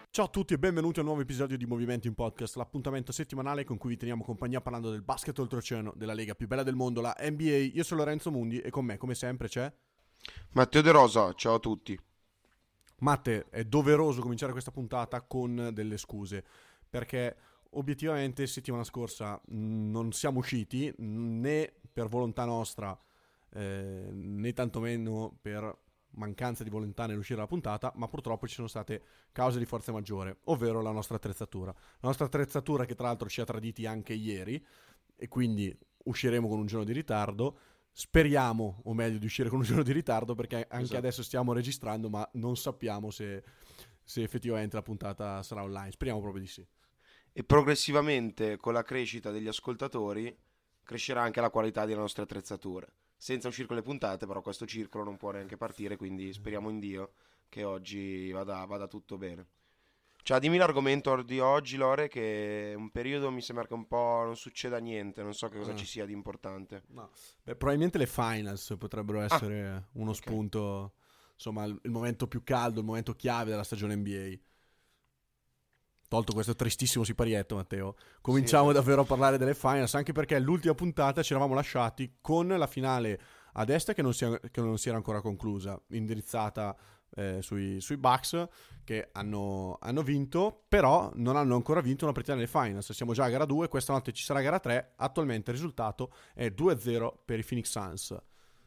Ciao a tutti e benvenuti a un nuovo episodio di Movimenti in Podcast, l'appuntamento settimanale con cui vi teniamo compagnia parlando del basket oltreoceano, della lega più bella del mondo, la NBA. Io sono Lorenzo Mundi e con me, come sempre, c'è Matteo De Rosa, ciao a tutti. Matte. È doveroso cominciare questa puntata con delle scuse, perché obiettivamente settimana scorsa non siamo usciti né per volontà nostra né tantomeno per mancanza di volontà nell'uscire la puntata, ma purtroppo ci sono state cause di forza maggiore, ovvero la nostra attrezzatura. La nostra attrezzatura che tra l'altro ci ha traditi anche ieri e quindi usciremo con un giorno di ritardo. Speriamo, o meglio, di uscire con un giorno di ritardo perché anche Esatto. adesso stiamo registrando, ma non sappiamo se effettivamente la puntata sarà online. Speriamo proprio di sì. E progressivamente con la crescita degli ascoltatori crescerà anche la qualità delle nostre attrezzature. Senza uscire con le puntate, però questo circolo non può neanche partire, quindi speriamo in Dio che oggi vada tutto bene. Cioè, dimmi l'argomento di oggi, Lore, che un periodo mi sembra che un po' non succeda niente, non so che cosa Ah, ci sia di importante. no. Beh, probabilmente le finals potrebbero Ah, essere uno ok. spunto, insomma, il momento più caldo, il momento chiave della stagione NBA. Tolto questo tristissimo siparietto, Matteo, Sì, cominciamo davvero a parlare delle finals, anche perché l'ultima puntata ci eravamo lasciati con la finale ad est che non si era ancora conclusa, indirizzata sui Bucks che hanno vinto, però non hanno ancora vinto una partita nelle finals. Siamo già a gara 2, questa notte ci sarà gara 3, attualmente il risultato è 2-0 per i Phoenix Suns.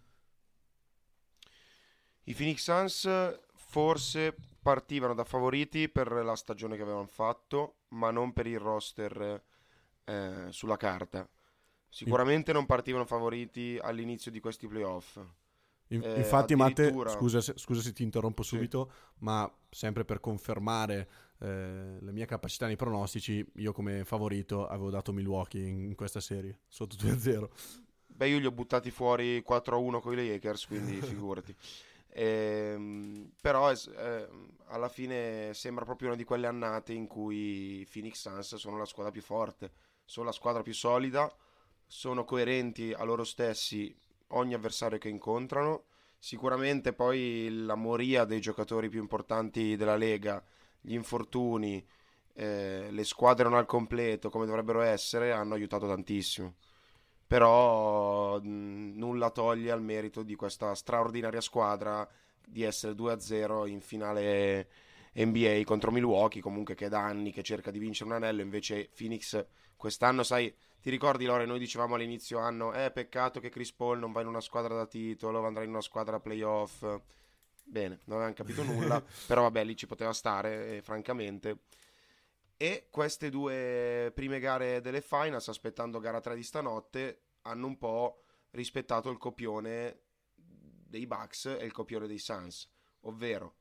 I Phoenix Suns forse partivano da favoriti per la stagione che avevano fatto, ma non per il roster sulla carta. Sicuramente non partivano favoriti all'inizio di questi playoff. Infatti, Matte, Addirittura, scusa se ti interrompo sì. subito, ma sempre per confermare la mia capacità nei pronostici, io come favorito avevo dato Milwaukee in questa serie, sotto 2-0. Beh, io li ho buttati fuori 4-1 con i Lakers, quindi figurati. Però alla fine sembra proprio una di quelle annate in cui i Phoenix Suns sono la squadra più forte, sono la squadra più solida, sono coerenti a loro stessi ogni avversario che incontrano. Sicuramente poi la moria dei giocatori più importanti della Lega, gli infortuni, le squadre non al completo come dovrebbero essere, hanno aiutato tantissimo. Però nulla toglie al merito di questa straordinaria squadra di essere 2-0 in finale NBA contro Milwaukee, comunque che è da anni che cerca di vincere un anello, invece Phoenix quest'anno, sai, ti ricordi Lore, noi dicevamo all'inizio anno, peccato che Chris Paul non va in una squadra da titolo, andrà in una squadra playoff. Bene, non avevamo capito nulla, però vabbè, lì ci poteva stare, francamente. E queste due prime gare delle finals, aspettando gara 3 di stanotte, hanno un po' rispettato il copione dei Bucks e il copione dei Suns, ovvero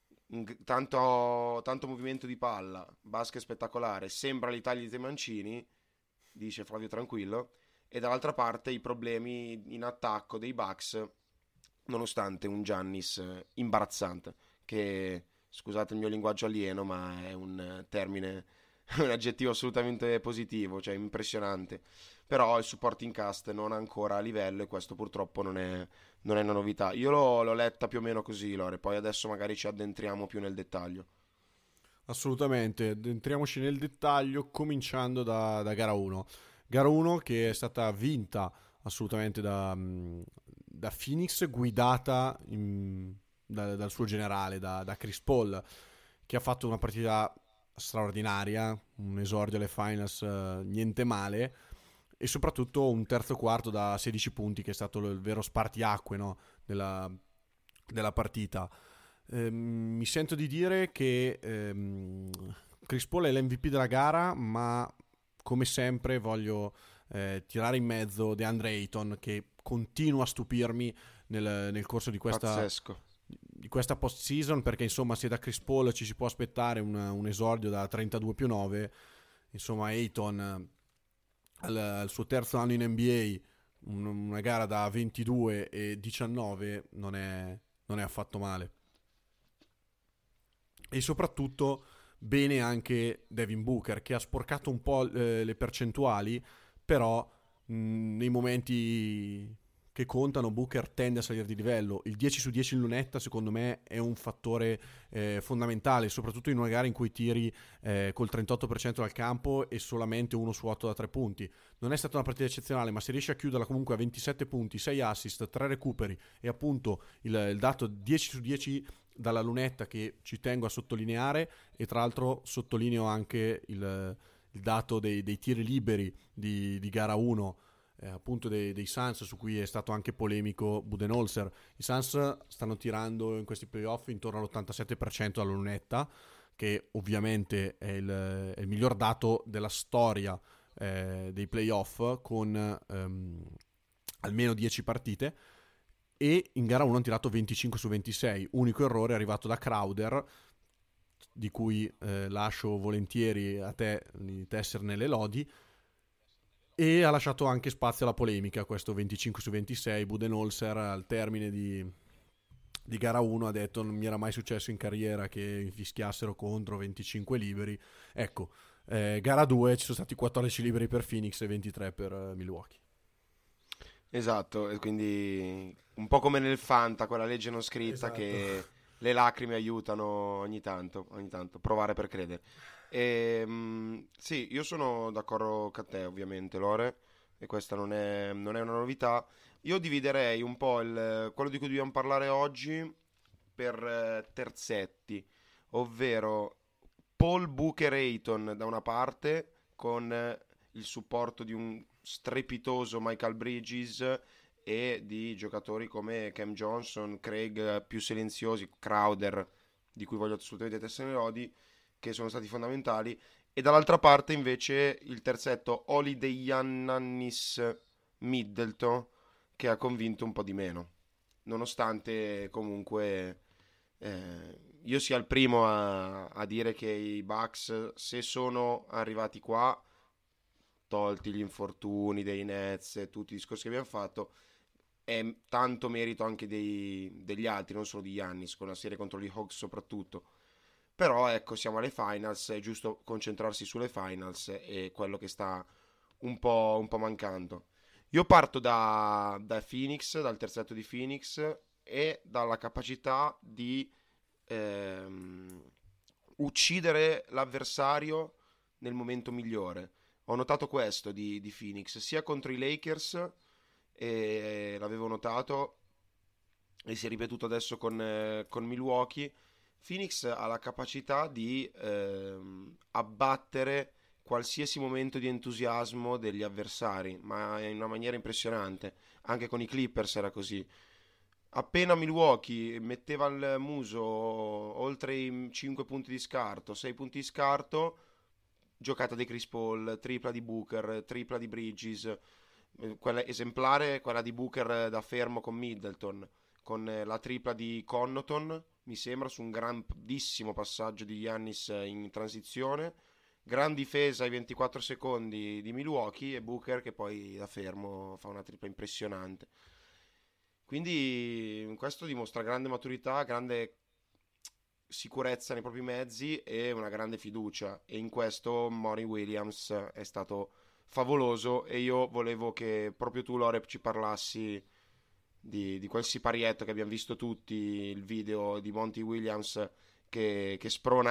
tanto movimento di palla, basket spettacolare, sembra l'Italia dei Mancini, dice Flavio Tranquillo, e dall'altra parte i problemi in attacco dei Bucks, nonostante un Giannis imbarazzante, che scusate il mio linguaggio alieno, ma è un termine, un aggettivo assolutamente positivo, cioè impressionante. Però il supporting cast non è ancora a livello e questo purtroppo non è una novità. Io l'ho letta più o meno così, Lore, poi adesso magari ci addentriamo più nel dettaglio. Assolutamente, entriamoci nel dettaglio cominciando da gara 1. Gara 1 che è stata vinta assolutamente da Phoenix, guidata dal suo generale, da Chris Paul, che ha fatto una partita straordinaria, un esordio alle finals niente male, e soprattutto un terzo quarto da 16 punti che è stato il vero spartiacque, no, della partita. Mi sento di dire che Chris Paul è l'MVP della gara, ma come sempre voglio tirare in mezzo DeAndre Ayton, che continua a stupirmi nel corso Pazzesco. di questa post-season, perché insomma se da Chris Paul ci si può aspettare un esordio da 32+9, insomma Ayton al suo terzo anno in NBA, una gara da 22 e 19 non è affatto male. E soprattutto bene anche Devin Booker, che ha sporcato un po' le percentuali, però nei momenti che contano, Booker tende a salire di livello. Il 10 su 10 in lunetta secondo me è un fattore fondamentale, soprattutto in una gara in cui tiri col 38% dal campo e solamente 1 su 8 da 3 punti. Non è stata una partita eccezionale, ma se riesci a chiuderla comunque a 27 punti, 6 assist, 3 recuperi e appunto il dato 10 su 10 dalla lunetta, che ci tengo a sottolineare, e tra l'altro sottolineo anche il dato dei tiri liberi di gara 1, appunto dei Suns, su cui è stato anche polemico Budenholzer. I Suns stanno tirando in questi playoff intorno all'87% dalla lunetta, che ovviamente è il miglior dato della storia dei playoff, con almeno 10 partite, e in gara 1 hanno tirato 25 su 26. Unico errore è arrivato da Crowder, di cui lascio volentieri a te di tesserne le lodi, e ha lasciato anche spazio alla polemica. Questo 25 su 26, Budenholzer al termine di gara 1 ha detto: non mi era mai successo in carriera che fischiassero contro 25 liberi. Ecco, gara 2 ci sono stati 14 liberi per Phoenix e 23 per Milwaukee. Esatto, e quindi un po' come nel Fanta, quella legge non scritta, Esatto. che le lacrime aiutano ogni tanto, provare per credere. Sì, io sono d'accordo con te, ovviamente, Lore, e questa non è una novità. Io dividerei un po' quello di cui dobbiamo parlare oggi per terzetti, ovvero Paul Booker Ayton da una parte, con il supporto di un strepitoso Michael Bridges e di giocatori come Cam Johnson, Craig più silenziosi, Crowder, di cui voglio assolutamente tessere le lodi, che sono stati fondamentali. E dall'altra parte invece il terzetto Holiday Giannis Middleton, che ha convinto un po' di meno, nonostante comunque io sia il primo a dire che i Bucks, se sono arrivati qua, tolti gli infortuni dei Nets e tutti i discorsi che abbiamo fatto, è tanto merito anche degli altri, non solo di Giannis, con la serie contro gli Hawks soprattutto. Però ecco, siamo alle finals, è giusto concentrarsi sulle finals, e quello che sta un po' mancando. Io parto da Phoenix, dal terzetto di Phoenix, e dalla capacità di uccidere l'avversario nel momento migliore. Ho notato questo di Phoenix, sia contro i Lakers, e l'avevo notato, e si è ripetuto adesso con Milwaukee. Phoenix ha la capacità di abbattere qualsiasi momento di entusiasmo degli avversari, ma in una maniera impressionante. Anche con i Clippers era così. Appena Milwaukee metteva il muso oltre i 5 punti di scarto, 6 punti di scarto, giocata di Chris Paul, tripla di Booker, tripla di Bridges, quella esemplare, quella di Booker da fermo con Middleton, con la tripla di Connaughton, mi sembra, su un grandissimo passaggio di Giannis in transizione, gran difesa ai 24 secondi di Milwaukee, e Booker che poi da fermo fa una tripla impressionante. Quindi questo dimostra grande maturità, grande sicurezza nei propri mezzi e una grande fiducia, e in questo Monty Williams è stato favoloso. E io volevo che proprio tu, Lore, ci parlassi di quel siparietto che abbiamo visto tutti, il video di Monty Williams che sprona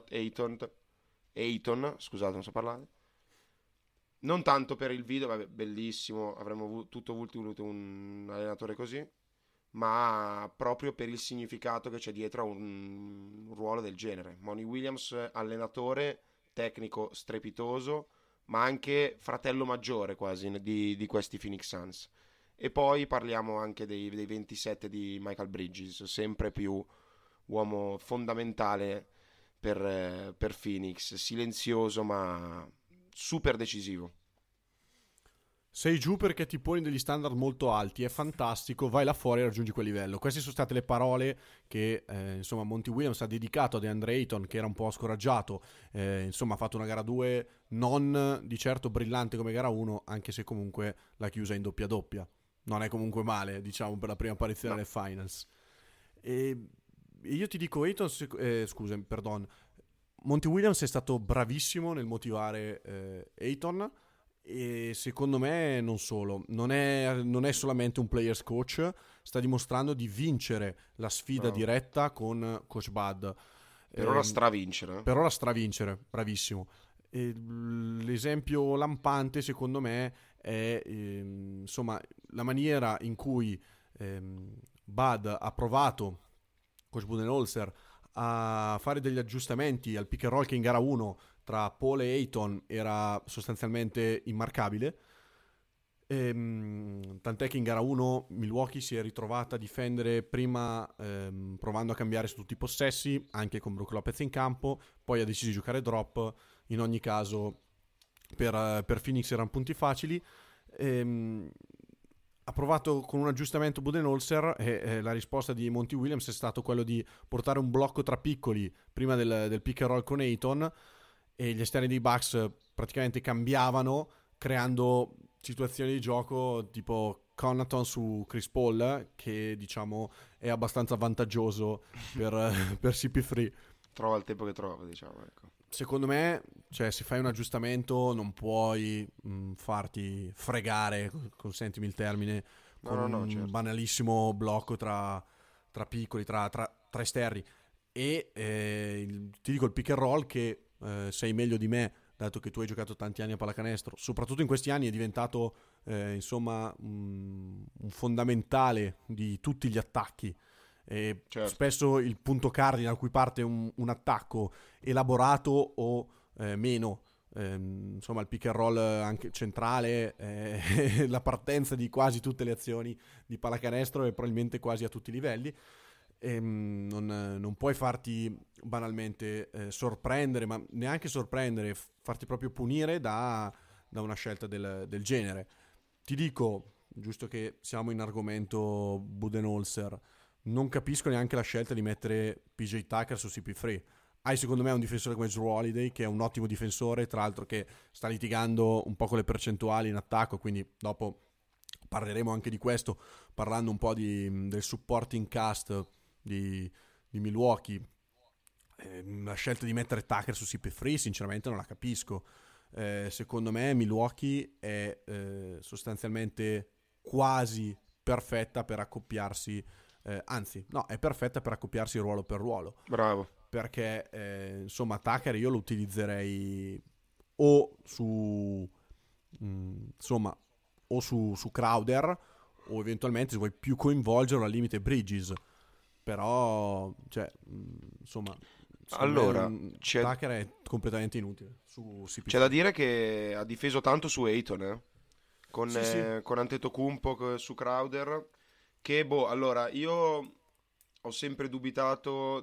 Ayton, scusate, non so parlare. Non tanto per il video, vabbè, bellissimo, avremmo tutto voluto un allenatore così, ma proprio per il significato che c'è dietro a un ruolo del genere. Monty Williams, allenatore, tecnico strepitoso, ma anche fratello maggiore quasi di questi Phoenix Suns. E poi parliamo anche dei 27 di Michael Bridges, sempre più uomo fondamentale per Phoenix, silenzioso ma super decisivo. Sei giù perché ti poni degli standard molto alti, è fantastico, vai là fuori e raggiungi quel livello. Queste sono state le parole che insomma Monty Williams ha dedicato a DeAndre Ayton, che era un po' scoraggiato. Insomma, ha fatto una gara 2 non di certo brillante come gara 1, anche se comunque l'ha chiusa in doppia doppia. Non è comunque male, diciamo, per la prima apparizione No. alle finals. E io ti dico, Ayton, scusa, perdon, Monty Williams è stato bravissimo nel motivare Ayton, E secondo me non solo, non è solamente un players coach, sta dimostrando di vincere la sfida Bravo. diretta con Coach Bud. Per ora Ehm, stravincere. per ora stravincere, bravissimo. E l'esempio lampante secondo me è insomma la maniera in cui Bud ha provato, Coach Budenholzer, a fare degli aggiustamenti al pick and roll che in gara 1 tra Paul e Ayton era sostanzialmente immarcabile. Tant'è che in gara 1 Milwaukee si è ritrovata a difendere prima provando a cambiare su tutti i possessi, anche con Brook Lopez in campo, poi ha deciso di giocare drop. In ogni caso per Phoenix erano punti facili. Ha provato con un aggiustamento Budenholzer e la risposta di Monty Williams è stato quello di portare un blocco tra piccoli prima del pick and roll con Ayton, e gli esterni dei Bucks praticamente cambiavano, creando situazioni di gioco tipo Connaughton su Chris Paul, che diciamo è abbastanza vantaggioso per CP3. Trova il tempo che trova, diciamo, ecco. Secondo me, cioè, se fai un aggiustamento non puoi farti fregare, consentimi il termine, con No, un certo. banalissimo blocco tra piccoli, tra esterni. E ti dico il pick and roll, che sei meglio di me, dato che tu hai giocato tanti anni a pallacanestro, soprattutto in questi anni è diventato insomma un fondamentale di tutti gli attacchi. E Certo. spesso il punto cardine da cui parte un attacco elaborato o meno, insomma il pick and roll anche centrale, la partenza di quasi tutte le azioni di pallacanestro e probabilmente quasi a tutti i livelli. Non puoi farti banalmente sorprendere, ma neanche sorprendere, farti proprio punire da una scelta del genere. Ti dico, giusto che siamo in argomento Budenholzer, non capisco neanche la scelta di mettere PJ Tucker su CP3. Hai secondo me un difensore come Jrue Holiday, che è un ottimo difensore, tra l'altro che sta litigando un po' con le percentuali in attacco, quindi dopo parleremo anche di questo, parlando un po' del supporting cast di Milwaukee. La scelta di mettere Tucker su CP3 sinceramente non la capisco. Secondo me Milwaukee è sostanzialmente quasi perfetta per accoppiarsi, anzi no, è perfetta per accoppiarsi ruolo per ruolo, Bravo. perché insomma Tucker io lo utilizzerei o su insomma o su Crowder, o eventualmente se vuoi più coinvolgerlo al limite Bridges, però cioè insomma secondo me Allora, Tucker è completamente inutile su c'è da CP3. dire che ha difeso tanto su Ayton, Sì, sì. con Antetokounmpo, su Crowder, che boh, allora, io ho sempre dubitato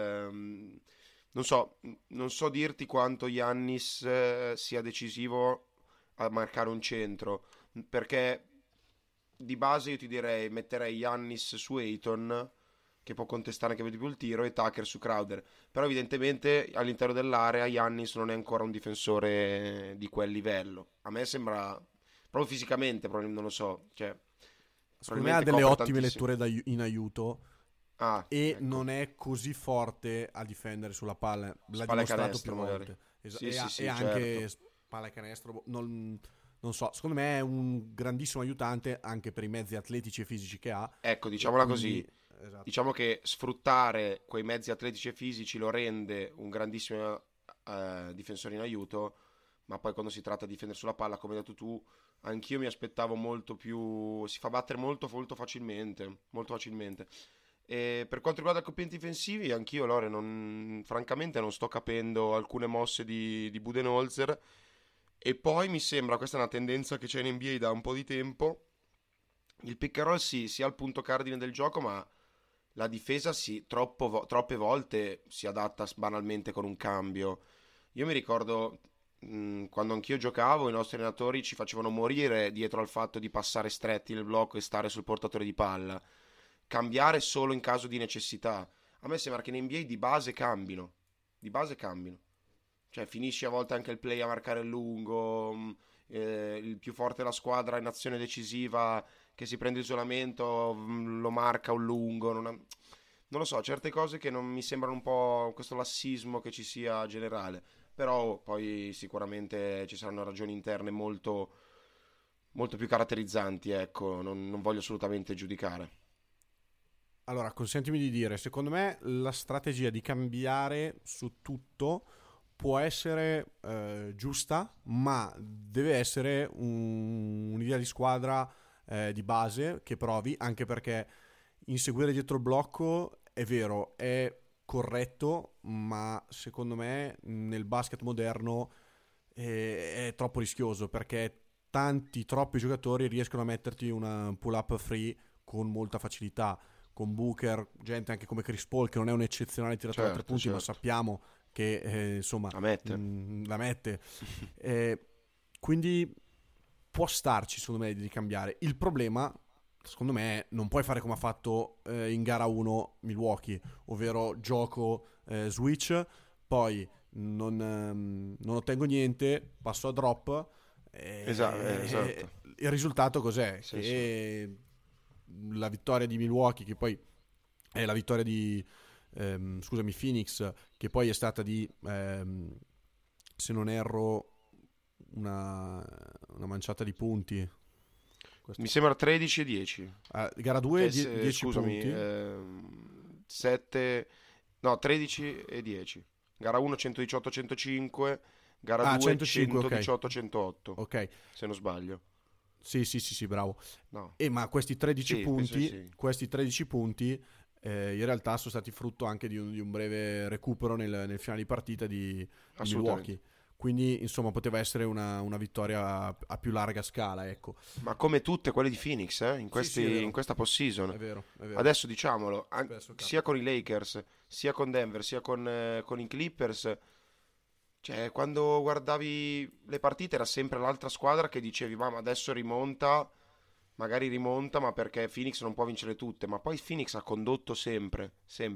non so, non so dirti quanto Giannis sia decisivo a marcare un centro, perché di base io ti direi metterei Giannis su Ayton, che può contestare anche di più il tiro, e Tucker su Crowder. Però evidentemente all'interno dell'area Giannis non è ancora un difensore di quel livello. A me sembra, proprio fisicamente, probabilmente, non lo so, cioè, Secondo me ha probabilmente delle copre ottime tantissimo. letture in aiuto, Ah, e ecco, non è così forte a difendere sulla palla, l'ha spalla e dimostrato più canestro magari. volte. Sì, sì, E sì, anche certo. palla e canestro, non so, secondo me è un grandissimo aiutante anche per i mezzi atletici e fisici che ha, Ecco, e diciamola quindi così. esatto. Diciamo che sfruttare quei mezzi atletici e fisici lo rende un grandissimo difensore in aiuto, ma poi quando si tratta di difendere sulla palla, come hai detto tu, anch'io mi aspettavo molto più. Si fa battere molto, molto facilmente. Molto facilmente. E per quanto riguarda i componenti difensivi, anch'io, Lore, francamente non sto capendo alcune mosse di Budenholzer. E poi mi sembra, questa è una tendenza che c'è in NBA da un po' di tempo, il pick and roll sì, sia il punto cardine del gioco, ma la difesa sì, troppe volte si adatta banalmente con un cambio. Io mi ricordo quando anch'io giocavo, i nostri allenatori ci facevano morire dietro al fatto di passare stretti nel blocco e stare sul portatore di palla. Cambiare solo in caso di necessità. A me sembra che in NBA di base cambino. Di base cambino. Cioè finisci a volte anche il play a marcare il lungo, il più forte della squadra in azione decisiva che si prende isolamento, lo marca un lungo. Non lo so, certe cose che non mi sembrano un po' questo lassismo che ci sia generale. però poi sicuramente ci saranno ragioni interne molto, molto più caratterizzanti, ecco, non voglio assolutamente giudicare. Allora, consentimi di dire, secondo me la strategia di cambiare su tutto può essere giusta, ma deve essere un'idea di squadra di base che provi, anche perché inseguire dietro il blocco è vero, è corretto, ma secondo me nel basket moderno è troppo rischioso perché troppi giocatori riescono a metterti una pull-up free con molta facilità. Con Booker, gente anche come Chris Paul, che non è un eccezionale tiratore a tre punti, ma sappiamo che insomma la mette. Quindi può starci, secondo me, di cambiare. Il problema, secondo me, è non puoi fare come ha fatto in gara 1 Milwaukee, ovvero gioco switch, poi non ottengo niente, passo a drop. Esatto. Il risultato cos'è? Sì, che la vittoria di Milwaukee, che poi è la vittoria di Phoenix, che poi è stata di se non erro una manciata di punti. Mi sembra 13 e 10. Gara 2 10 scusami, punti. 7 no, 13 e 10. Gara 1 118-105, gara 2 118-108. Ok. Se non sbaglio. Sì, bravo. No. Ma questi 13 punti, sì. questi 13 punti in realtà sono stati frutto anche di un breve recupero nel finale di partita di Milwaukee. Quindi, insomma, poteva essere una vittoria a più larga scala, ecco. Ma come tutte quelle di Phoenix, in questa postseason. È vero. Adesso diciamolo, sia con i Lakers, sia con Denver, sia con i Clippers. Cioè, quando guardavi le partite era sempre l'altra squadra che dicevi, ma adesso magari rimonta, ma perché Phoenix non può vincere tutte. Ma poi Phoenix ha condotto sempre.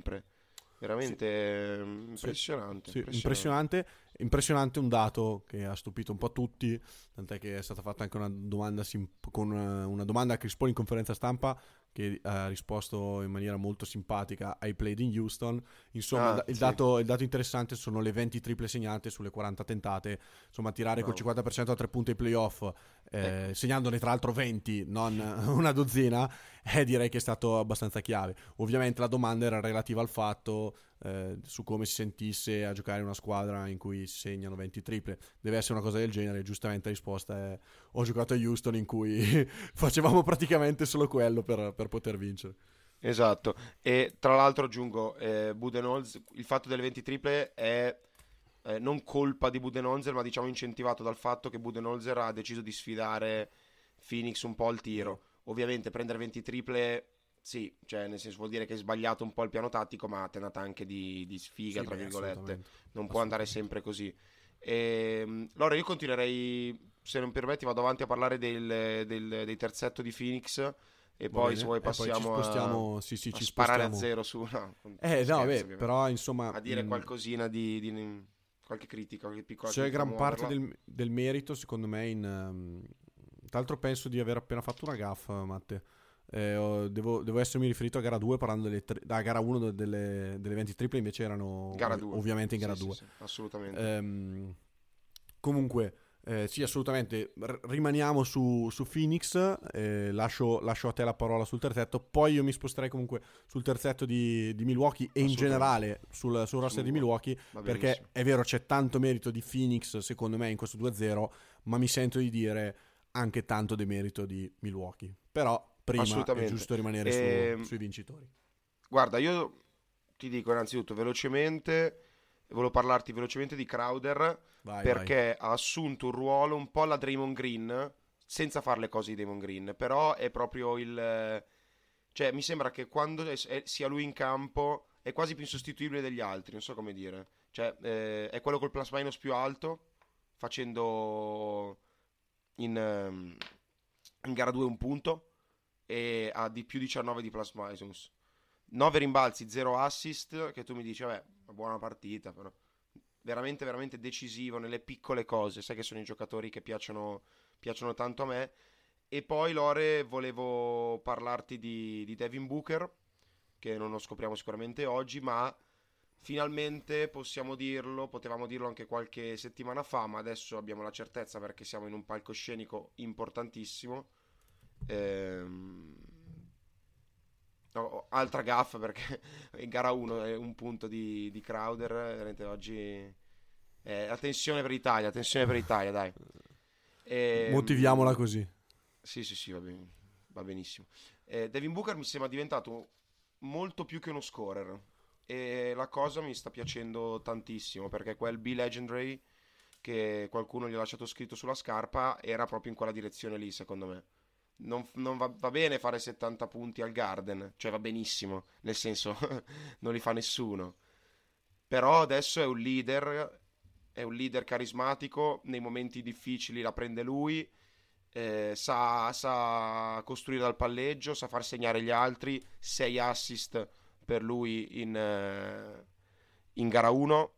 Veramente impressionante. Sì, impressionante, un dato che ha stupito un po' tutti, tant'è che è stata fatta anche una domanda con una domanda a Chris Paul in conferenza stampa, che ha risposto in maniera molto simpatica ai played in Houston. Insomma, il dato interessante sono le 20 triple segnate sulle 40 tentate. Insomma, tirare col 50% a 3 punti ai playoff, segnandone tra l'altro 20, non una dozzina, direi che è stato abbastanza chiave. Ovviamente la domanda era relativa al fatto su come si sentisse a giocare in una squadra in cui si segnano 20 triple. Deve essere una cosa del genere. Giustamente la risposta è: ho giocato a Houston in cui facevamo praticamente solo quello per poter vincere. Esatto. E tra l'altro aggiungo, Budenholzer, il fatto delle 20 triple è non colpa di Budenholzer, ma diciamo incentivato dal fatto che Budenholzer ha deciso di sfidare Phoenix un po' al tiro. Ovviamente prendere 20 triple, sì, cioè nel senso vuol dire che hai sbagliato un po' il piano tattico, ma te n'ha anche di sfiga, tra virgolette. Non può andare sempre così. Allora io continuerei, se non permetti, vado avanti a parlare dei terzetto di Phoenix. E poi se vuoi passiamo a sparare a zero su... però insomma... A dire qualcosina di qualche critica, qualche piccola c'è gran parte del merito, secondo me, tra l'altro penso di aver appena fatto una gaffa, Matte. Devo essermi riferito a gara 2 parlando da gara 1 delle 20 triple, invece erano gara 2. Ovviamente in gara 2. Sì, assolutamente. Comunque... sì, assolutamente. Rimaniamo su Phoenix. Lascio a te la parola sul terzetto. Poi io mi sposterei comunque sul terzetto di Milwaukee e in generale sul roster di Milwaukee. Perché è vero, c'è tanto merito di Phoenix, secondo me, in questo 2-0. Ma mi sento di dire anche tanto demerito di Milwaukee. Però prima è giusto rimanere sui vincitori. Guarda, io ti dico innanzitutto volevo parlarti velocemente di Crowder. Perché ha assunto un ruolo un po' alla Draymond Green, senza fare le cose di Draymond Green, però è proprio cioè mi sembra che quando sia lui in campo è quasi più insostituibile degli altri, non so come dire. Cioè è quello col plus minus più alto, facendo in gara 2 un punto, e ha di più 19 di plus minus. 9 rimbalzi, 0 assist, che tu mi dici, vabbè, una buona partita, però... veramente veramente decisivo nelle piccole cose. Sai che sono i giocatori che piacciono tanto a me. E poi Lore, volevo parlarti di Devin Booker, che non lo scopriamo sicuramente oggi, ma finalmente possiamo dirlo, potevamo dirlo anche qualche settimana fa, ma adesso abbiamo la certezza perché siamo in un palcoscenico importantissimo. Ehm, no, altra gaffa perché in gara 1 è un punto di Crowder, veramente oggi attenzione per l'Italia, dai. Motiviamola Ehm, così. sì, sì, sì, va benissimo. Devin Booker mi sembra diventato molto più che uno scorer e la cosa mi sta piacendo tantissimo perché quel B Legendary che qualcuno gli ha lasciato scritto sulla scarpa era proprio in quella direzione lì, secondo me. Non va bene fare 70 punti al Garden, cioè va benissimo, nel senso non li fa nessuno. Però adesso è un leader carismatico, nei momenti difficili la prende lui, sa costruire dal palleggio, sa far segnare gli altri, 6 assist per lui in gara 1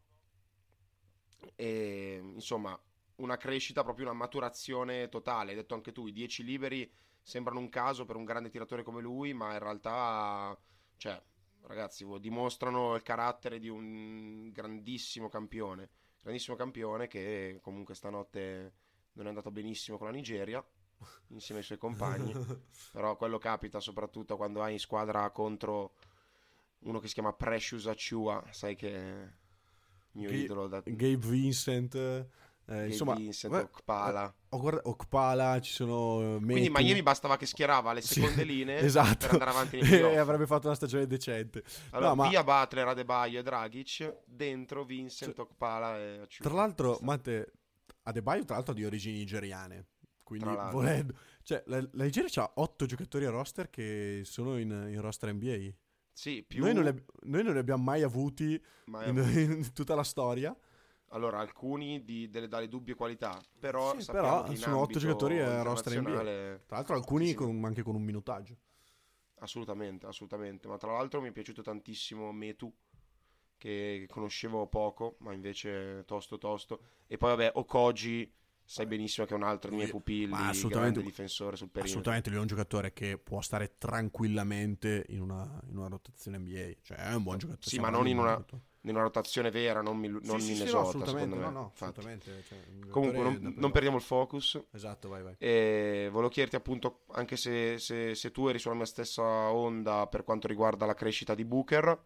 e insomma una crescita, proprio una maturazione totale. Hai detto anche tu, i 10 liberi sembrano un caso per un grande tiratore come lui, ma in realtà, cioè, ragazzi, dimostrano il carattere di un grandissimo campione che comunque stanotte non è andato benissimo con la Nigeria insieme ai suoi compagni, però quello capita soprattutto quando hai in squadra contro uno che si chiama Precious Achua, sai che è il mio idolo da Gabe Vincent, Gabe insomma, Vincent, Okpala. Okpala, ci sono Quindi Metu. Miami bastava che schierava le Sì, seconde linee esatto, per andare avanti nei e playoff. avrebbe fatto una stagione decente. Allora, No, ma via Butler, Adebayo e Dragic, dentro Vincent, Okpala e tra Achua. l'altro, Matte, Adebayo tra l'altro ha di origini nigeriane, Tra quindi l'altro, volendo, cioè la Nigeria ha 8 giocatori a roster che sono in roster NBA. sì, Noi non li abbiamo mai avuti mai in, avuti. in tutta la storia. Allora, alcuni dalle dubbie qualità, però Sì, sappiamo però che in sono 8 giocatori ambito a roster NBA. internazionale, Tra l'altro sì, alcuni sì, anche con un minutaggio. assolutamente, assolutamente. Ma tra l'altro mi è piaciuto tantissimo Metu, che conoscevo poco, ma invece tosto tosto. E poi vabbè, Okoji, sai Vabbè, benissimo che è un altro dei miei ma pupilli, assolutamente, grande difensore sul perimetro. assolutamente lui è un giocatore che può stare tranquillamente in una rotazione NBA. Cioè è un buon giocatore, Sì, stiamo ma non parlando di in un buon giocatore. una rotazione vera, Sì, non sì, sì, no, Minnesota, secondo assolutamente, no, me. no, Infatti. assolutamente. Cioè, un Comunque, giocatore da non playoff. perdiamo il focus. Esatto, vai, vai. E volevo chiederti appunto, anche se tu eri sulla mia stessa onda per quanto riguarda la crescita di Booker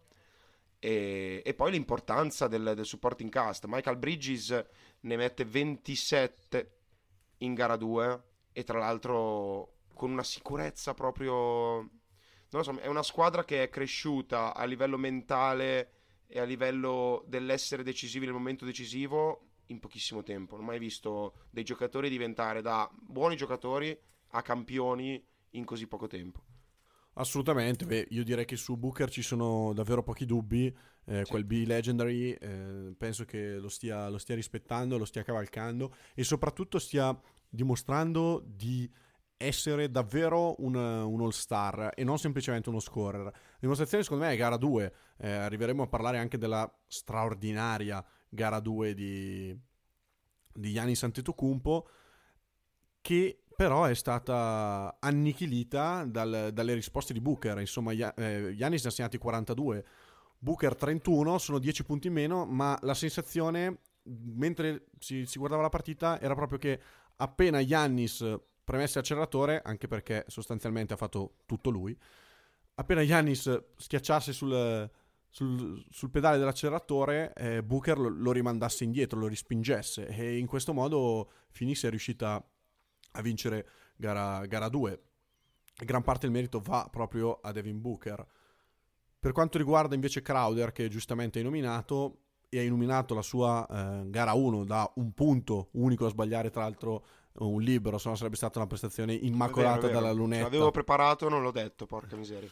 e poi l'importanza del supporting cast. Michael Bridges ne mette 27 in gara 2 e tra l'altro con una sicurezza proprio... Non lo so, è una squadra che è cresciuta a livello mentale e a livello dell'essere decisivi nel momento decisivo in pochissimo tempo. Non ho mai visto dei giocatori diventare da buoni giocatori a campioni in così poco tempo. Assolutamente, beh, io direi che su Booker ci sono davvero pochi dubbi. Sì. Quel B Legendary penso che lo stia rispettando, lo stia cavalcando e soprattutto stia dimostrando di essere davvero un all-star e non semplicemente uno scorer. La dimostrazione secondo me è gara 2. Arriveremo a parlare anche della straordinaria gara 2 di Giannis Antetokounmpo, che però è stata annichilita dalle risposte di Booker. Insomma, Giannis ne ha segnati 42, Booker 31, sono 10 punti in meno, ma la sensazione, mentre si guardava la partita, era proprio che appena Giannis premesse l'acceleratore, anche perché sostanzialmente ha fatto tutto lui, appena Giannis schiacciasse sul pedale dell'acceleratore, Booker lo rimandasse indietro, lo rispingesse e in questo modo Phoenix è riuscita a vincere gara 2. Gran parte del merito va proprio a Devin Booker. Per quanto riguarda invece Crowder, che giustamente hai nominato, e hai nominato la sua gara 1 da un punto unico a sbagliare, tra l'altro un libero, se no sarebbe stata una prestazione immacolata È vero. dalla Ce lunetta. l'avevo preparato, non l'ho detto, porca miseria.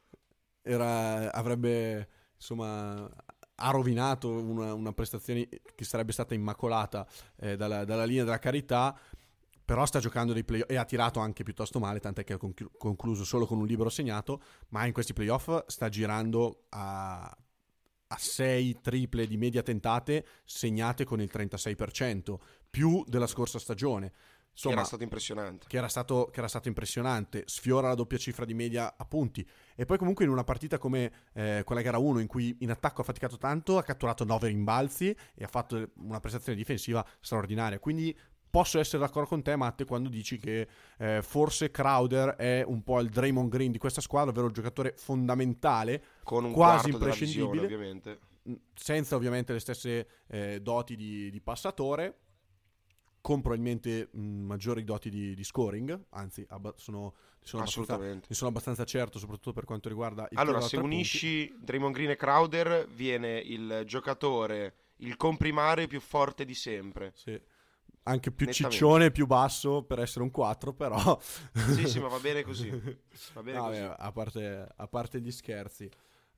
Avrebbe insomma ha rovinato una prestazione che sarebbe stata immacolata dalla linea della carità, però sta giocando dei playoff e ha tirato anche piuttosto male, tant'è che ha concluso solo con un libero segnato, ma in questi playoff sta girando a 6 triple di media tentate segnate con il 36%, più della scorsa stagione. Insomma, era stato impressionante. Che era stato impressionante, sfiora la doppia cifra di media a punti. E poi comunque in una partita come quella gara 1, in cui in attacco ha faticato tanto, ha catturato 9 rimbalzi e ha fatto una prestazione difensiva straordinaria. Quindi posso essere d'accordo con te, Matte, quando dici che forse Crowder è un po' il Draymond Green di questa squadra, ovvero un giocatore fondamentale, con un quasi quarto imprescindibile, della visione, ovviamente, senza ovviamente le stesse doti di passatore, con probabilmente maggiori doti di scoring, anzi sono abbastanza certo, soprattutto per quanto riguarda il allora, se unisci Draymond Green e Crowder viene il giocatore, il comprimare più forte di sempre. Sì. Anche più ciccione, più basso per essere un 4, però sì, ma va bene così. Va bene così. A parte gli scherzi,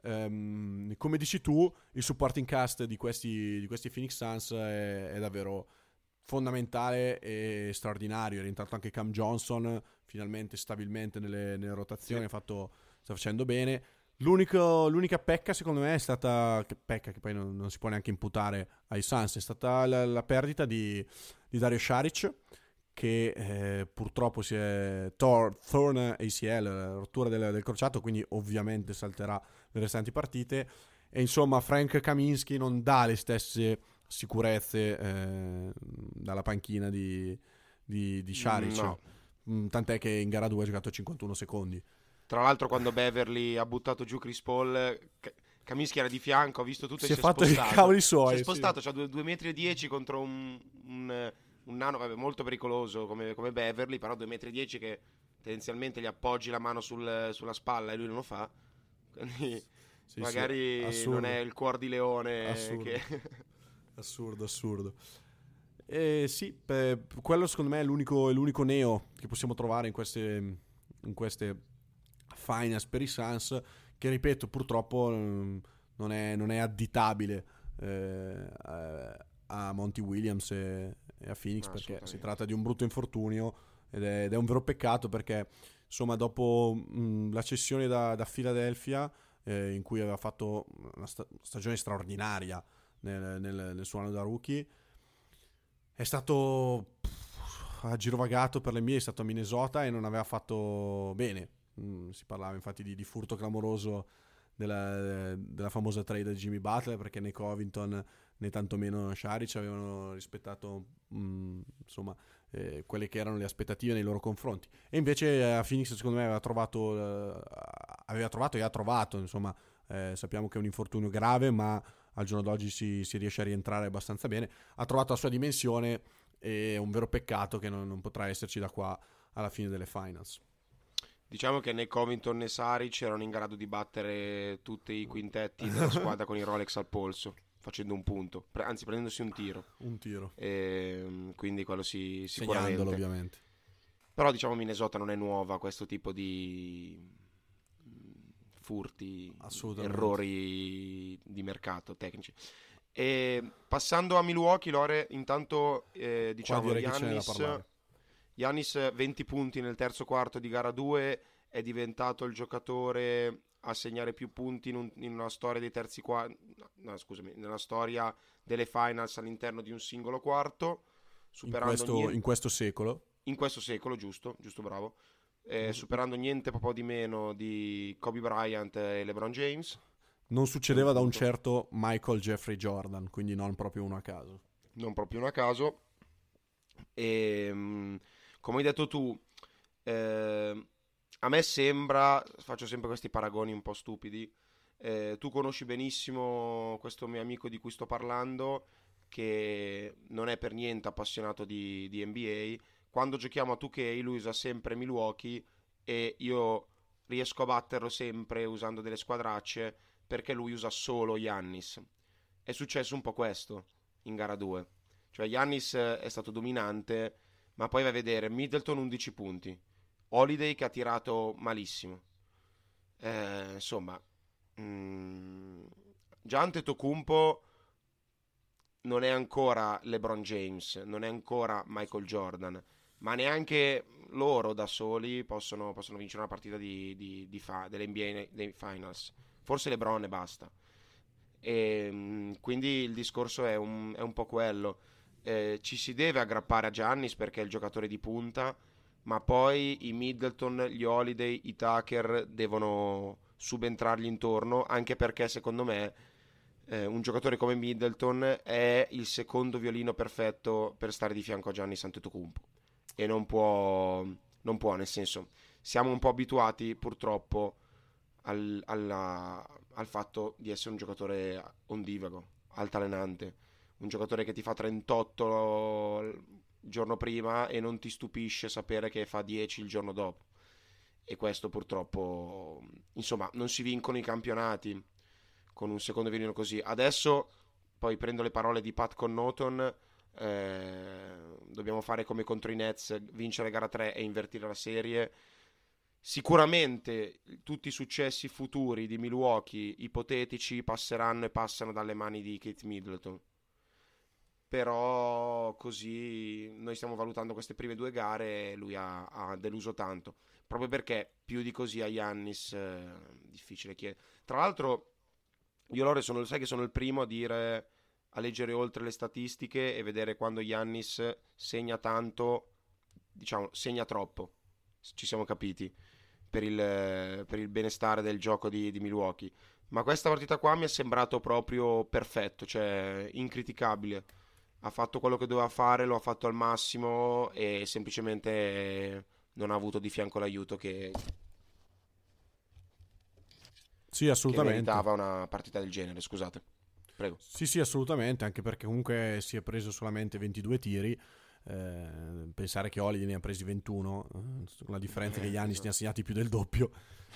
come dici tu, il supporting cast di questi Phoenix Suns è davvero fondamentale e straordinario. È rientrato anche Cam Johnson finalmente stabilmente nelle rotazioni, sta facendo bene. L'unica pecca secondo me è stata, che poi non si può neanche imputare ai Suns, è stata la perdita di Dario Saric, che purtroppo si è torn ACL, rottura del crociato, quindi ovviamente salterà le restanti partite. E insomma Frank Kaminsky non dà le stesse sicurezze dalla panchina di Saric, no. Tant'è che in gara 2 ha giocato 51 secondi. Tra l'altro quando Beverly ha buttato giù Chris Paul, Kaminsky era di fianco, ha visto tutto e si è fatto i cavoli suoi. Si è spostato, c'ha 2,10 metri contro un nano, vabbè, molto pericoloso come Beverly, però 2,10 metri che tendenzialmente gli appoggi la mano sulla spalla e lui non lo fa. Quindi magari non è il cuor di leone. Assurdo. Sì, quello secondo me è l'unico neo che possiamo trovare in queste finals per i Suns, che ripeto purtroppo non è additabile a Monty Williams e a Phoenix, perché si tratta di un brutto infortunio ed è un vero peccato, perché insomma dopo la cessione da Philadelphia, in cui aveva fatto una stagione straordinaria nel suo anno da rookie, ha girovagato per l'NBA, è stato a Minnesota e non aveva fatto bene. Si parlava infatti di furto clamoroso della famosa trade di Jimmy Butler, perché né Covington né tantomeno Saric avevano rispettato quelle che erano le aspettative nei loro confronti. E invece a Phoenix secondo me aveva trovato e ha trovato, insomma, sappiamo che è un infortunio grave, ma al giorno d'oggi si riesce a rientrare abbastanza bene. Ha trovato la sua dimensione e è un vero peccato che non potrà esserci da qua alla fine delle finals. Diciamo che né Covington né Saric erano in grado di battere tutti i quintetti della squadra con il Rolex al polso, facendo un punto, anzi prendendosi un tiro. Quindi quello sicuramente. Segnandolo ovviamente. Però diciamo Minnesota non è nuova a questo tipo di furti, errori di mercato tecnici. E passando a Milwaukee, Lore, intanto diciamo Giannis 20 punti nel terzo quarto di gara 2, è diventato il giocatore a segnare più punti in una storia dei terzi quarti, nella storia delle finals all'interno di un singolo quarto, superando in questo secolo. In questo secolo, giusto, bravo. Superando niente proprio di meno di Kobe Bryant e LeBron James. Non succedeva da un certo Michael Jeffrey Jordan, quindi non proprio uno a caso. E come hai detto tu, a me sembra, faccio sempre questi paragoni un po' stupidi, tu conosci benissimo questo mio amico di cui sto parlando, che non è per niente appassionato di NBA. Quando giochiamo a 2K lui usa sempre Milwaukee e io riesco a batterlo sempre usando delle squadracce, perché lui usa solo Giannis. È successo un po' questo in gara 2, cioè Giannis è stato dominante, ma poi vai a vedere Middleton 11 punti, Holiday che ha tirato malissimo, insomma già Antetokounmpo non è ancora LeBron James, non è ancora Michael Jordan, ma neanche loro da soli possono vincere una partita dell'NBA dei finals. Forse LeBron e basta. E quindi il discorso è un po' quello. ci si deve aggrappare a Giannis perché è il giocatore di punta, ma poi i Middleton, gli Holiday, i Tucker devono subentrargli intorno, anche perché secondo me un giocatore come Middleton è il secondo violino perfetto per stare di fianco a Giannis Antetokounmpo e non può, nel senso, siamo un po' abituati purtroppo al fatto di essere un giocatore ondivago, altalenante, un giocatore che ti fa 38 il giorno prima e non ti stupisce sapere che fa 10 il giorno dopo. E questo purtroppo, insomma, non si vincono i campionati con un secondo violino così. Adesso, poi prendo le parole di Pat Connaughton, dobbiamo fare come contro i Nets, vincere gara 3 e invertire la serie. Sicuramente tutti i successi futuri di Milwaukee ipotetici passeranno e passano dalle mani di Kate Middleton, però così noi stiamo valutando queste prime 2 gare e lui ha deluso tanto, proprio perché più di così a Giannis difficile chiedere. Tra l'altro io, Lore, sai che sono il primo a leggere oltre le statistiche e vedere quando Giannis segna tanto, diciamo segna troppo, ci siamo capiti, per il benestare del gioco di Milwaukee. Ma questa partita qua mi è sembrato proprio perfetto, cioè incriticabile. Ha fatto quello che doveva fare, lo ha fatto al massimo e semplicemente non ha avuto di fianco l'aiuto Sì, che assolutamente. meritava una partita del genere. Scusate, prego. Sì, sì, assolutamente, anche perché comunque si è preso solamente 22 tiri. Pensare che Holiday ne ha presi 21, con la differenza che Giannis ne ha Esatto. segnati più del doppio.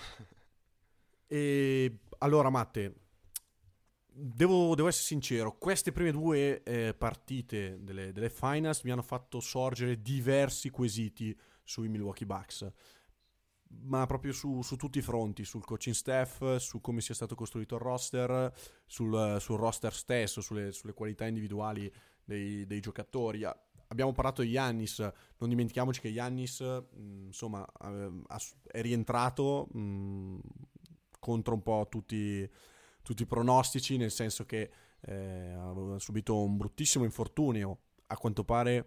E allora, Matte, devo essere sincero, queste prime 2 partite delle finals mi hanno fatto sorgere diversi quesiti sui Milwaukee Bucks, ma proprio su tutti i fronti, sul coaching staff, su come sia stato costruito il roster, sul roster stesso, sulle qualità individuali dei giocatori. Abbiamo parlato di Giannis, non dimentichiamoci che Giannis insomma è rientrato contro un po' tutti i pronostici, nel senso che aveva subito un bruttissimo infortunio, a quanto pare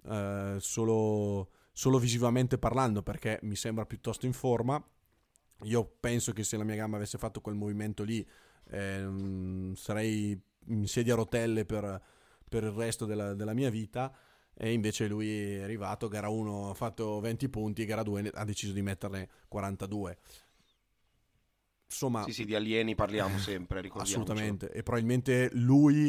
solo visivamente parlando, perché mi sembra piuttosto in forma. Io penso che se la mia gamba avesse fatto quel movimento lì sarei in sedia a rotelle per il resto della mia vita, e invece lui è arrivato, gara 1 ha fatto 20 punti, gara 2 ha deciso di metterne 42. Insomma, Sì, sì, di alieni parliamo sempre, ricordiamocelo. assolutamente, e probabilmente lui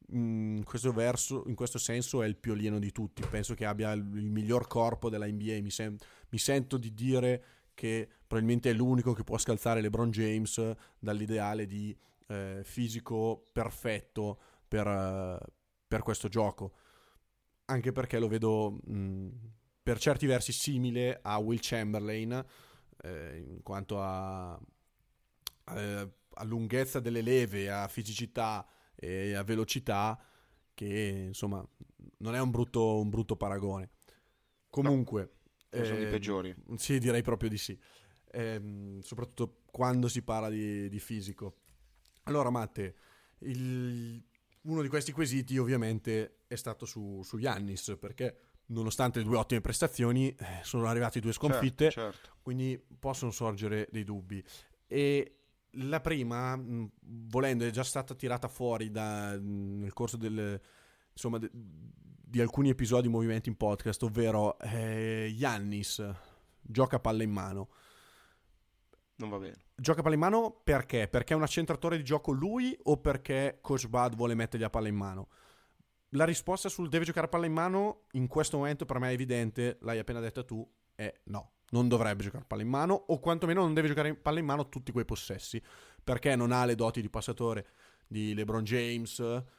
in questo senso è il più alieno di tutti. Penso che abbia il miglior corpo della NBA. Mi sento di dire che probabilmente è l'unico che può scalzare LeBron James dall'ideale di fisico perfetto per questo gioco, anche perché lo vedo per certi versi simile a Will Chamberlain, in quanto a lunghezza delle leve, a fisicità e a velocità, che insomma non è un brutto paragone. No, Comunque, ce ne sono di peggiori. sì, direi proprio di sì. Soprattutto quando si parla di fisico. Allora, Matte, uno di questi quesiti ovviamente è stato su Giannis, perché nonostante le 2 ottime prestazioni sono arrivate 2 Certo, sconfitte, certo. quindi possono sorgere dei dubbi. E la prima, volendo, è già stata tirata fuori nel corso insomma, di alcuni episodi Movimenti in Podcast, ovvero Giannis gioca palla in mano. Non va bene. Gioca palla in mano perché? Perché è un accentratore di gioco lui o perché Coach Bud vuole mettergli la palla in mano? La risposta sul deve giocare a palla in mano in questo momento per me è evidente, l'hai appena detta tu, è no. Non dovrebbe giocare palla in mano, o quantomeno non deve giocare palla in mano tutti quei possessi, perché non ha le doti di passatore di LeBron James,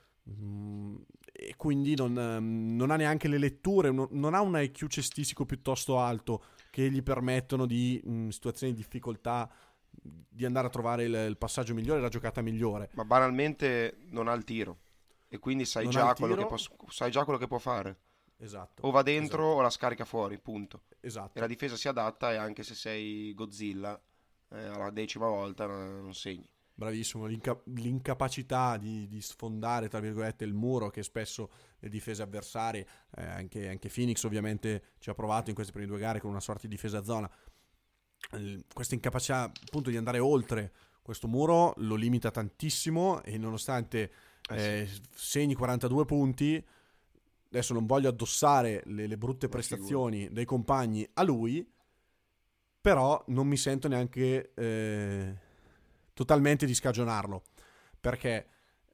e quindi non ha neanche le letture, non ha un IQ cestistico piuttosto alto che gli permettono in situazioni di difficoltà di andare a trovare il passaggio migliore, la giocata migliore. Ma banalmente non ha il tiro. E quindi sai Non ha il già quello che tiro. sai già quello che può fare. Esatto, O va dentro esatto, o la scarica fuori, punto. E la esatto. difesa si adatta e anche se sei Godzilla, alla 10ª volta non segni. bravissimo, l'incapacità di sfondare, tra virgolette, il muro che spesso le difese avversarie, anche Phoenix ovviamente ci ha provato in queste prime 2 gare con una sorta di difesa a zona. Questa incapacità appunto di andare oltre questo muro lo limita tantissimo, e nonostante segni 42 punti, adesso non voglio addossare le brutte prestazioni dei compagni a lui, però non mi sento neanche totalmente di scagionarlo, perché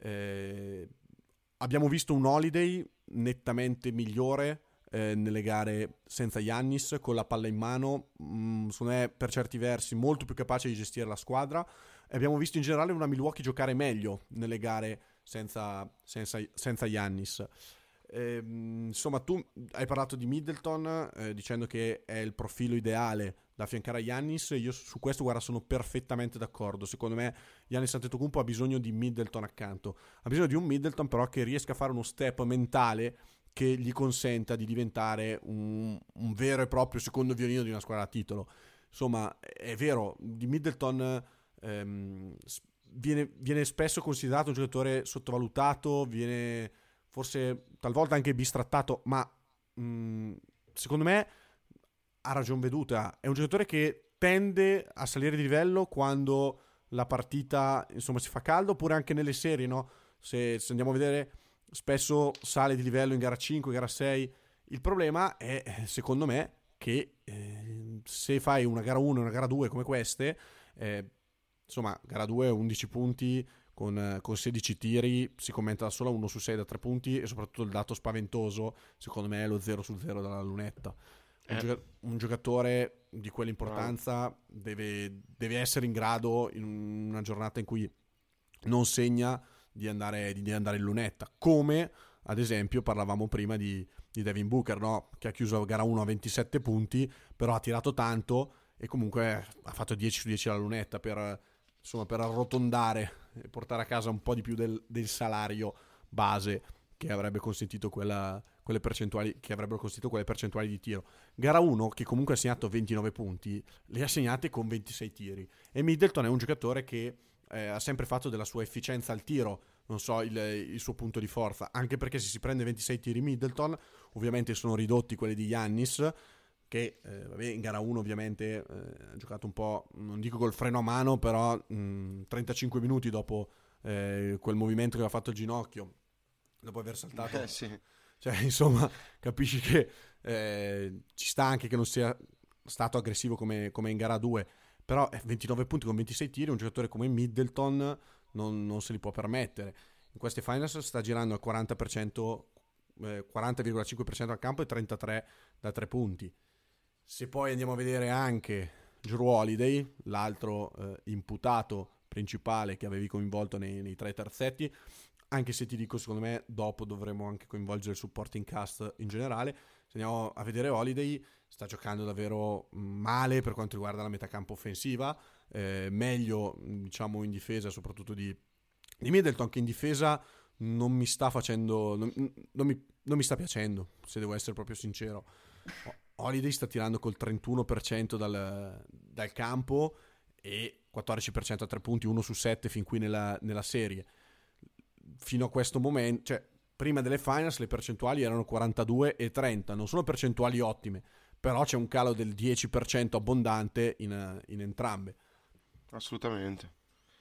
abbiamo visto un Holiday nettamente migliore nelle gare senza Giannis, con la palla in mano, secondo me per certi versi molto più capace di gestire la squadra, e abbiamo visto in generale una Milwaukee giocare meglio nelle gare senza Giannis. Insomma, tu hai parlato di Middleton dicendo che è il profilo ideale da affiancare a Giannis. Io su questo, guarda, sono perfettamente d'accordo. Secondo me Giannis Antetokounmpo ha bisogno di Middleton accanto, ha bisogno di un Middleton però che riesca a fare uno step mentale che gli consenta di diventare un vero e proprio secondo violino di una squadra a titolo. Insomma, è vero, di Middleton viene spesso considerato un giocatore sottovalutato, viene forse talvolta anche bistrattato, ma secondo me ha ragion veduta. È un giocatore che tende a salire di livello quando la partita, insomma, si fa caldo, oppure anche nelle serie, no? Se andiamo a vedere, spesso sale di livello in gara 5, gara 6. Il problema è, secondo me, che se fai una gara 1 e una gara 2 come queste, insomma, gara 2 11 punti con 16 tiri, si commenta da sola 1 su 6 da 3 punti, e soprattutto il dato spaventoso, secondo me, è lo 0 su 0 dalla lunetta. Un giocatore di quell'importanza deve essere in grado, in una giornata in cui non segna, di andare in lunetta, come ad esempio parlavamo prima di Devin Booker, no? Che ha chiuso gara 1 a 27 punti, però ha tirato tanto e comunque ha fatto 10 su 10 alla lunetta per arrotondare e portare a casa un po' di più del salario base che avrebbe consentito quelle percentuali di tiro. Gara 1, che comunque ha segnato 29 punti, le ha segnate con 26 tiri, e Middleton è un giocatore che ha sempre fatto della sua efficienza al tiro, non so, il suo punto di forza, anche perché se si prende 26 tiri Middleton, ovviamente sono ridotti quelli di Giannis, che in gara 1 ovviamente ha giocato un po', non dico col freno a mano, però 35 minuti dopo quel movimento che aveva fatto il ginocchio, dopo aver saltato, sì. Cioè, insomma, capisci che ci sta anche che non sia stato aggressivo come in gara 2, però 29 punti con 26 tiri, un giocatore come Middleton non se li può permettere. In queste finals sta girando al 40%, 40,5% al campo e 33% da 3 punti. Se poi andiamo a vedere anche Jrue Holiday, l'altro imputato principale che avevi coinvolto nei 3 terzetti, anche se ti dico, secondo me dopo dovremo anche coinvolgere il supporting cast in generale. Se andiamo a vedere Holiday, sta giocando davvero male per quanto riguarda la metacampo offensiva, meglio diciamo in difesa, soprattutto di Middleton, che in difesa non mi sta facendo, non mi sta piacendo, se devo essere proprio sincero. Holiday sta tirando col 31% dal campo e 14% a 3 punti, 1 su 7 fin qui nella serie. Fino a questo momento, cioè prima delle finals, le percentuali erano 42 e 30, non sono percentuali ottime, però c'è un calo del 10% abbondante in entrambe. Assolutamente.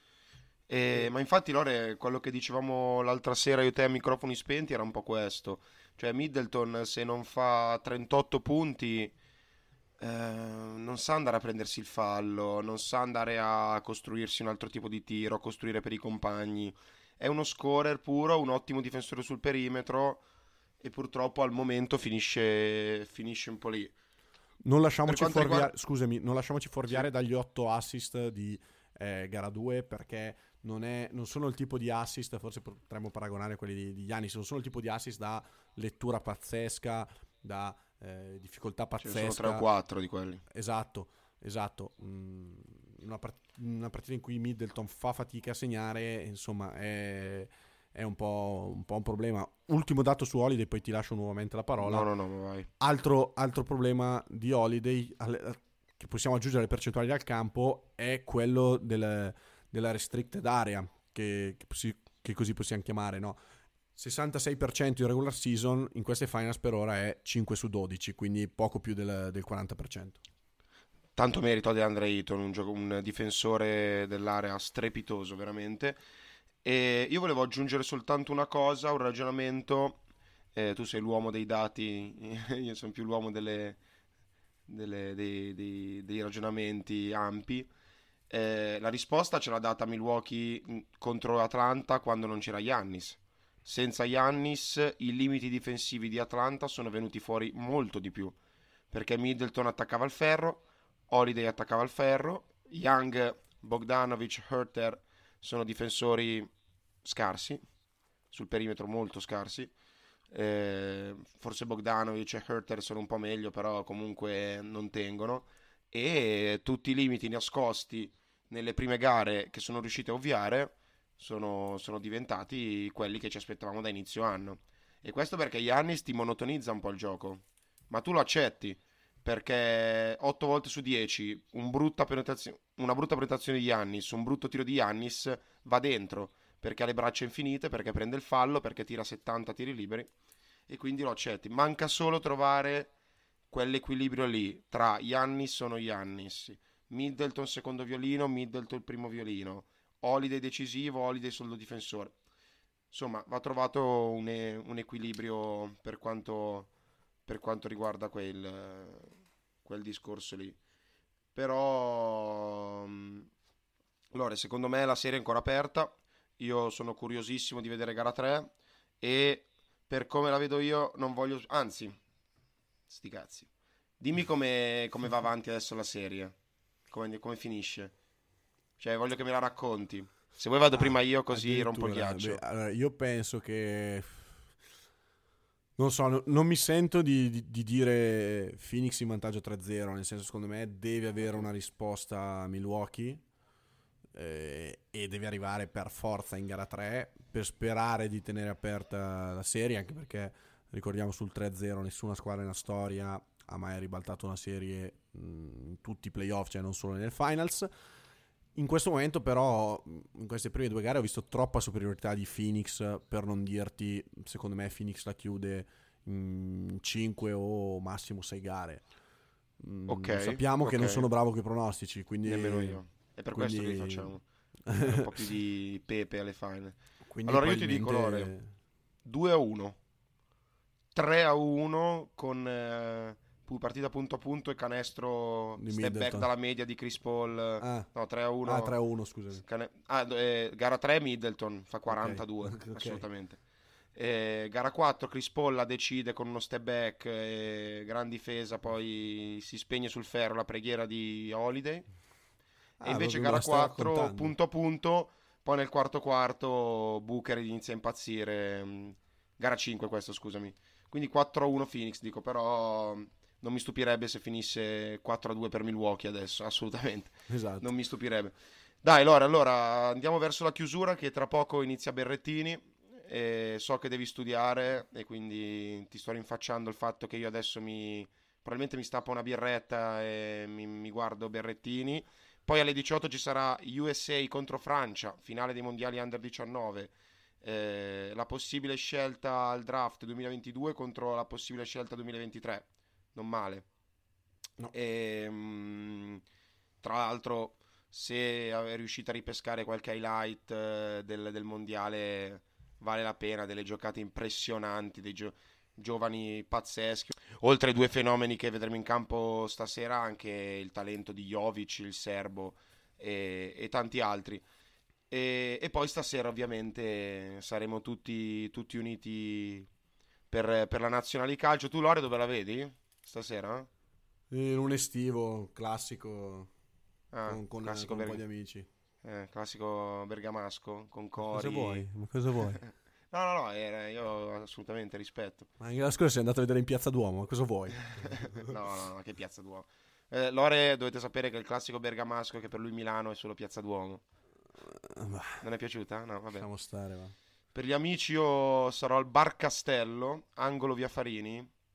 Ma infatti, Lore, quello che dicevamo l'altra sera io e te a microfoni spenti era un po' questo. Cioè Middleton, se non fa 38 punti, non sa andare a prendersi il fallo, non sa andare a costruirsi un altro tipo di tiro, a costruire per i compagni. È uno scorer puro, un ottimo difensore sul perimetro, e purtroppo al momento finisce un po' lì. Non lasciamoci fuorviare dagli 8 assist di gara 2, perché non sono il tipo di assist, forse potremmo paragonare quelli di Giannis, non sono il tipo di assist da lettura pazzesca, da difficoltà pazzesca. Ce ne sono 3 o 4 di quelli. Esatto. Una partita in cui Middleton fa fatica a segnare, insomma, è un po' un problema. Ultimo dato su Holiday, poi ti lascio nuovamente la parola. No, vai. Altro problema di Holiday, che possiamo aggiungere alle percentuali dal campo, è quello della restricted area, che così possiamo chiamare, no? 66% in regular season, in queste finals per ora è 5 su 12, quindi poco più del 40%. Tanto merito a DeAndre Ayton, un difensore dell'area strepitoso veramente. E io volevo aggiungere soltanto una cosa, un ragionamento. Tu sei l'uomo dei dati, io sono più l'uomo dei ragionamenti ampi. La risposta ce l'ha data Milwaukee contro Atlanta quando non c'era Giannis. Senza Giannis i limiti difensivi di Atlanta sono venuti fuori molto di più, perché Middleton attaccava il ferro, Holiday attaccava il ferro, Young, Bogdanovic, Huerter sono difensori scarsi, sul perimetro molto scarsi. Forse Bogdanovic e Huerter sono un po' meglio, però comunque non tengono. E tutti i limiti nascosti nelle prime gare che sono riusciti a ovviare sono diventati quelli che ci aspettavamo da inizio anno. E questo perché Giannis ti monotonizza un po' il gioco, ma tu lo accetti perché 8 volte su 10 una brutta penetrazione di Giannis, un brutto tiro di Giannis va dentro perché ha le braccia infinite, perché prende il fallo, perché tira 70 tiri liberi e quindi lo accetti. Manca solo trovare quell'equilibrio lì tra Giannis sono Giannis, Middleton secondo violino, Middleton primo violino, Holiday decisivo, Holiday solo difensore. Insomma, va trovato un equilibrio per quanto riguarda quel discorso lì. Però, allora, secondo me la serie è ancora aperta. Io sono curiosissimo di vedere gara 3 e per come la vedo io non voglio... Anzi, sti cazzi. Dimmi come va avanti adesso la serie. Come finisce. Cioè, voglio che me la racconti. Se vuoi vado prima io così rompo il ghiaccio. Allora, io penso che... Non so, non mi sento di dire Phoenix in vantaggio 3-0, nel senso secondo me deve avere una risposta a Milwaukee e deve arrivare per forza in gara 3 per sperare di tenere aperta la serie, anche perché ricordiamo sul 3-0 nessuna squadra nella storia ha mai ribaltato una serie in tutti i playoff, cioè non solo nel finals. In questo momento però, in queste prime due gare ho visto troppa superiorità di Phoenix per non dirti, secondo me Phoenix la chiude in 5 o massimo 6 gare. Sappiamo che non sono bravo con i pronostici, quindi... Nemmeno io. È per questo che li facciamo. Un po' più di pepe alle final. Allora io ti dico, Lore, 2-1. 3-1 con... partita punto a punto e canestro di step Middleton. back dalla media di Chris Paul. No, 3-1. Ah, 3-1, scusami. Gara 3 Middleton fa 42, okay. Assolutamente. Gara 4 Chris Paul la decide con uno step back, gran difesa, poi si spegne sul ferro la preghiera di Holiday. E invece gara 4 punto a punto, poi nel quarto Booker inizia a impazzire. Gara 5 questo, scusami. Quindi 4-1 Phoenix, dico, però non mi stupirebbe se finisse 4-2 per Milwaukee adesso, assolutamente. Esatto. Non mi stupirebbe. Dai, allora andiamo verso la chiusura, che tra poco inizia Berrettini. E so che devi studiare e quindi ti sto rinfacciando il fatto che io adesso probabilmente mi stappo una birretta e mi guardo Berrettini. Poi alle 18 ci sarà USA contro Francia, finale dei mondiali under 19. La possibile scelta al draft 2022 contro la possibile scelta 2023. Non male. No. Tra l'altro, se riuscite a ripescare qualche highlight del mondiale, vale la pena. Delle giocate impressionanti, dei giovani pazzeschi. Oltre ai due fenomeni che vedremo in campo stasera, anche il talento di Jovic, il serbo e tanti altri. E poi stasera ovviamente saremo tutti uniti per la nazionale di calcio. Tu, Lore, dove la vedi stasera? In un estivo classico con classico un po' di amici. Classico bergamasco con cori. Cosa vuoi? No, io assolutamente rispetto. Ma l'anno scorso sei andato a vedere in Piazza Duomo, cosa vuoi? No, che Piazza Duomo. Lore, dovete sapere che il classico bergamasco, che per lui Milano è solo Piazza Duomo. Non è piaciuta? No, vabbè. Lasciamo stare, va. Per gli amici io sarò al Bar Castello, angolo via Farini.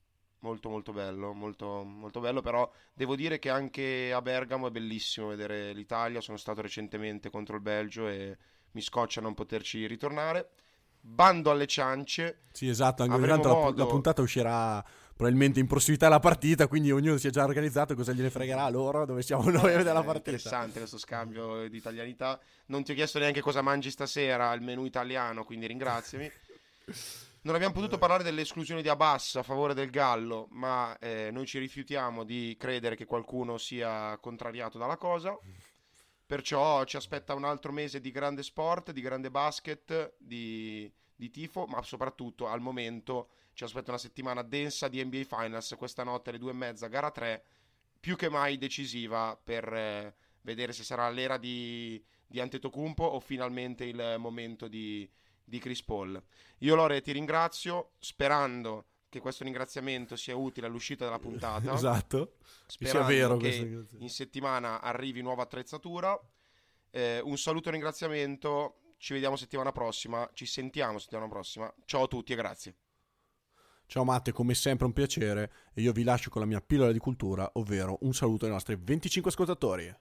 molto molto bello, molto, molto bello, però devo dire che anche a Bergamo è bellissimo vedere l'Italia. Sono stato recentemente contro il Belgio e mi scoccia non poterci ritornare. Bando alle ciance. Sì, esatto, anche tanto la puntata uscirà probabilmente in prossimità della partita, quindi ognuno si è già organizzato, cosa gliene fregherà loro dove siamo noi a vedere la partita. Interessante questo scambio di italianità. Non ti ho chiesto neanche cosa mangi stasera, il menù italiano, quindi ringraziami. Non abbiamo potuto parlare delle esclusioni di Abbas a favore del Gallo, ma noi ci rifiutiamo di credere che qualcuno sia contrariato dalla cosa. Perciò ci aspetta un altro mese di grande sport, di grande basket, di tifo, ma soprattutto al momento ci aspetta una settimana densa di NBA Finals. Questa notte alle 2:30, gara 3, più che mai decisiva per vedere se sarà l'era di Antetokounmpo o finalmente il momento di Chris Paul. Io, Lore, ti ringrazio, sperando che questo ringraziamento sia utile all'uscita della puntata. Esatto, sperando sia vero che in settimana arrivi nuova attrezzatura. Un saluto e un ringraziamento, ci vediamo settimana prossima, ci sentiamo settimana prossima. Ciao a tutti e grazie. Ciao Matte, come sempre un piacere, e io vi lascio con la mia pillola di cultura, ovvero un saluto ai nostri 25 ascoltatori.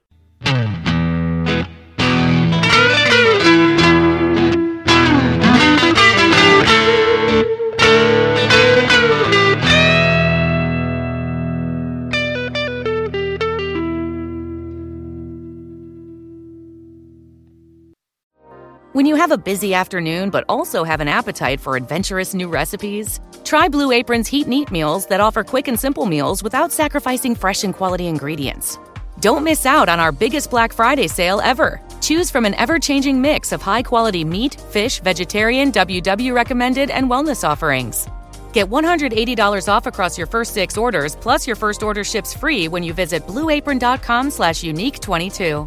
When you have a busy afternoon but also have an appetite for adventurous new recipes, try Blue Apron's Heat and Eat meals that offer quick and simple meals without sacrificing fresh and quality ingredients. Don't miss out on our biggest Black Friday sale ever. Choose from an ever-changing mix of high-quality meat, fish, vegetarian, WW recommended, and wellness offerings. Get $180 off across your first 6 orders, plus your first order ships free when you visit blueapron.com/unique22.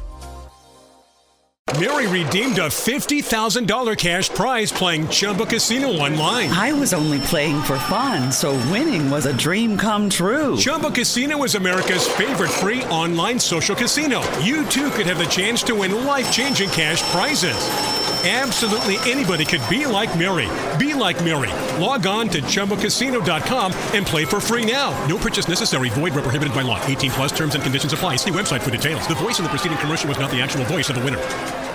Mary redeemed a $50,000 cash prize playing Chumba Casino online. I was only playing for fun, so winning was a dream come true. Chumba Casino is America's favorite free online social casino. You too could have the chance to win life-changing cash prizes. Absolutely anybody could be like Mary. Be like Mary. Log on to ChumbaCasino.com and play for free now. No purchase necessary. Void where prohibited by law. 18 plus terms and conditions apply. See website for details. The voice in the preceding commercial was not the actual voice of the winner.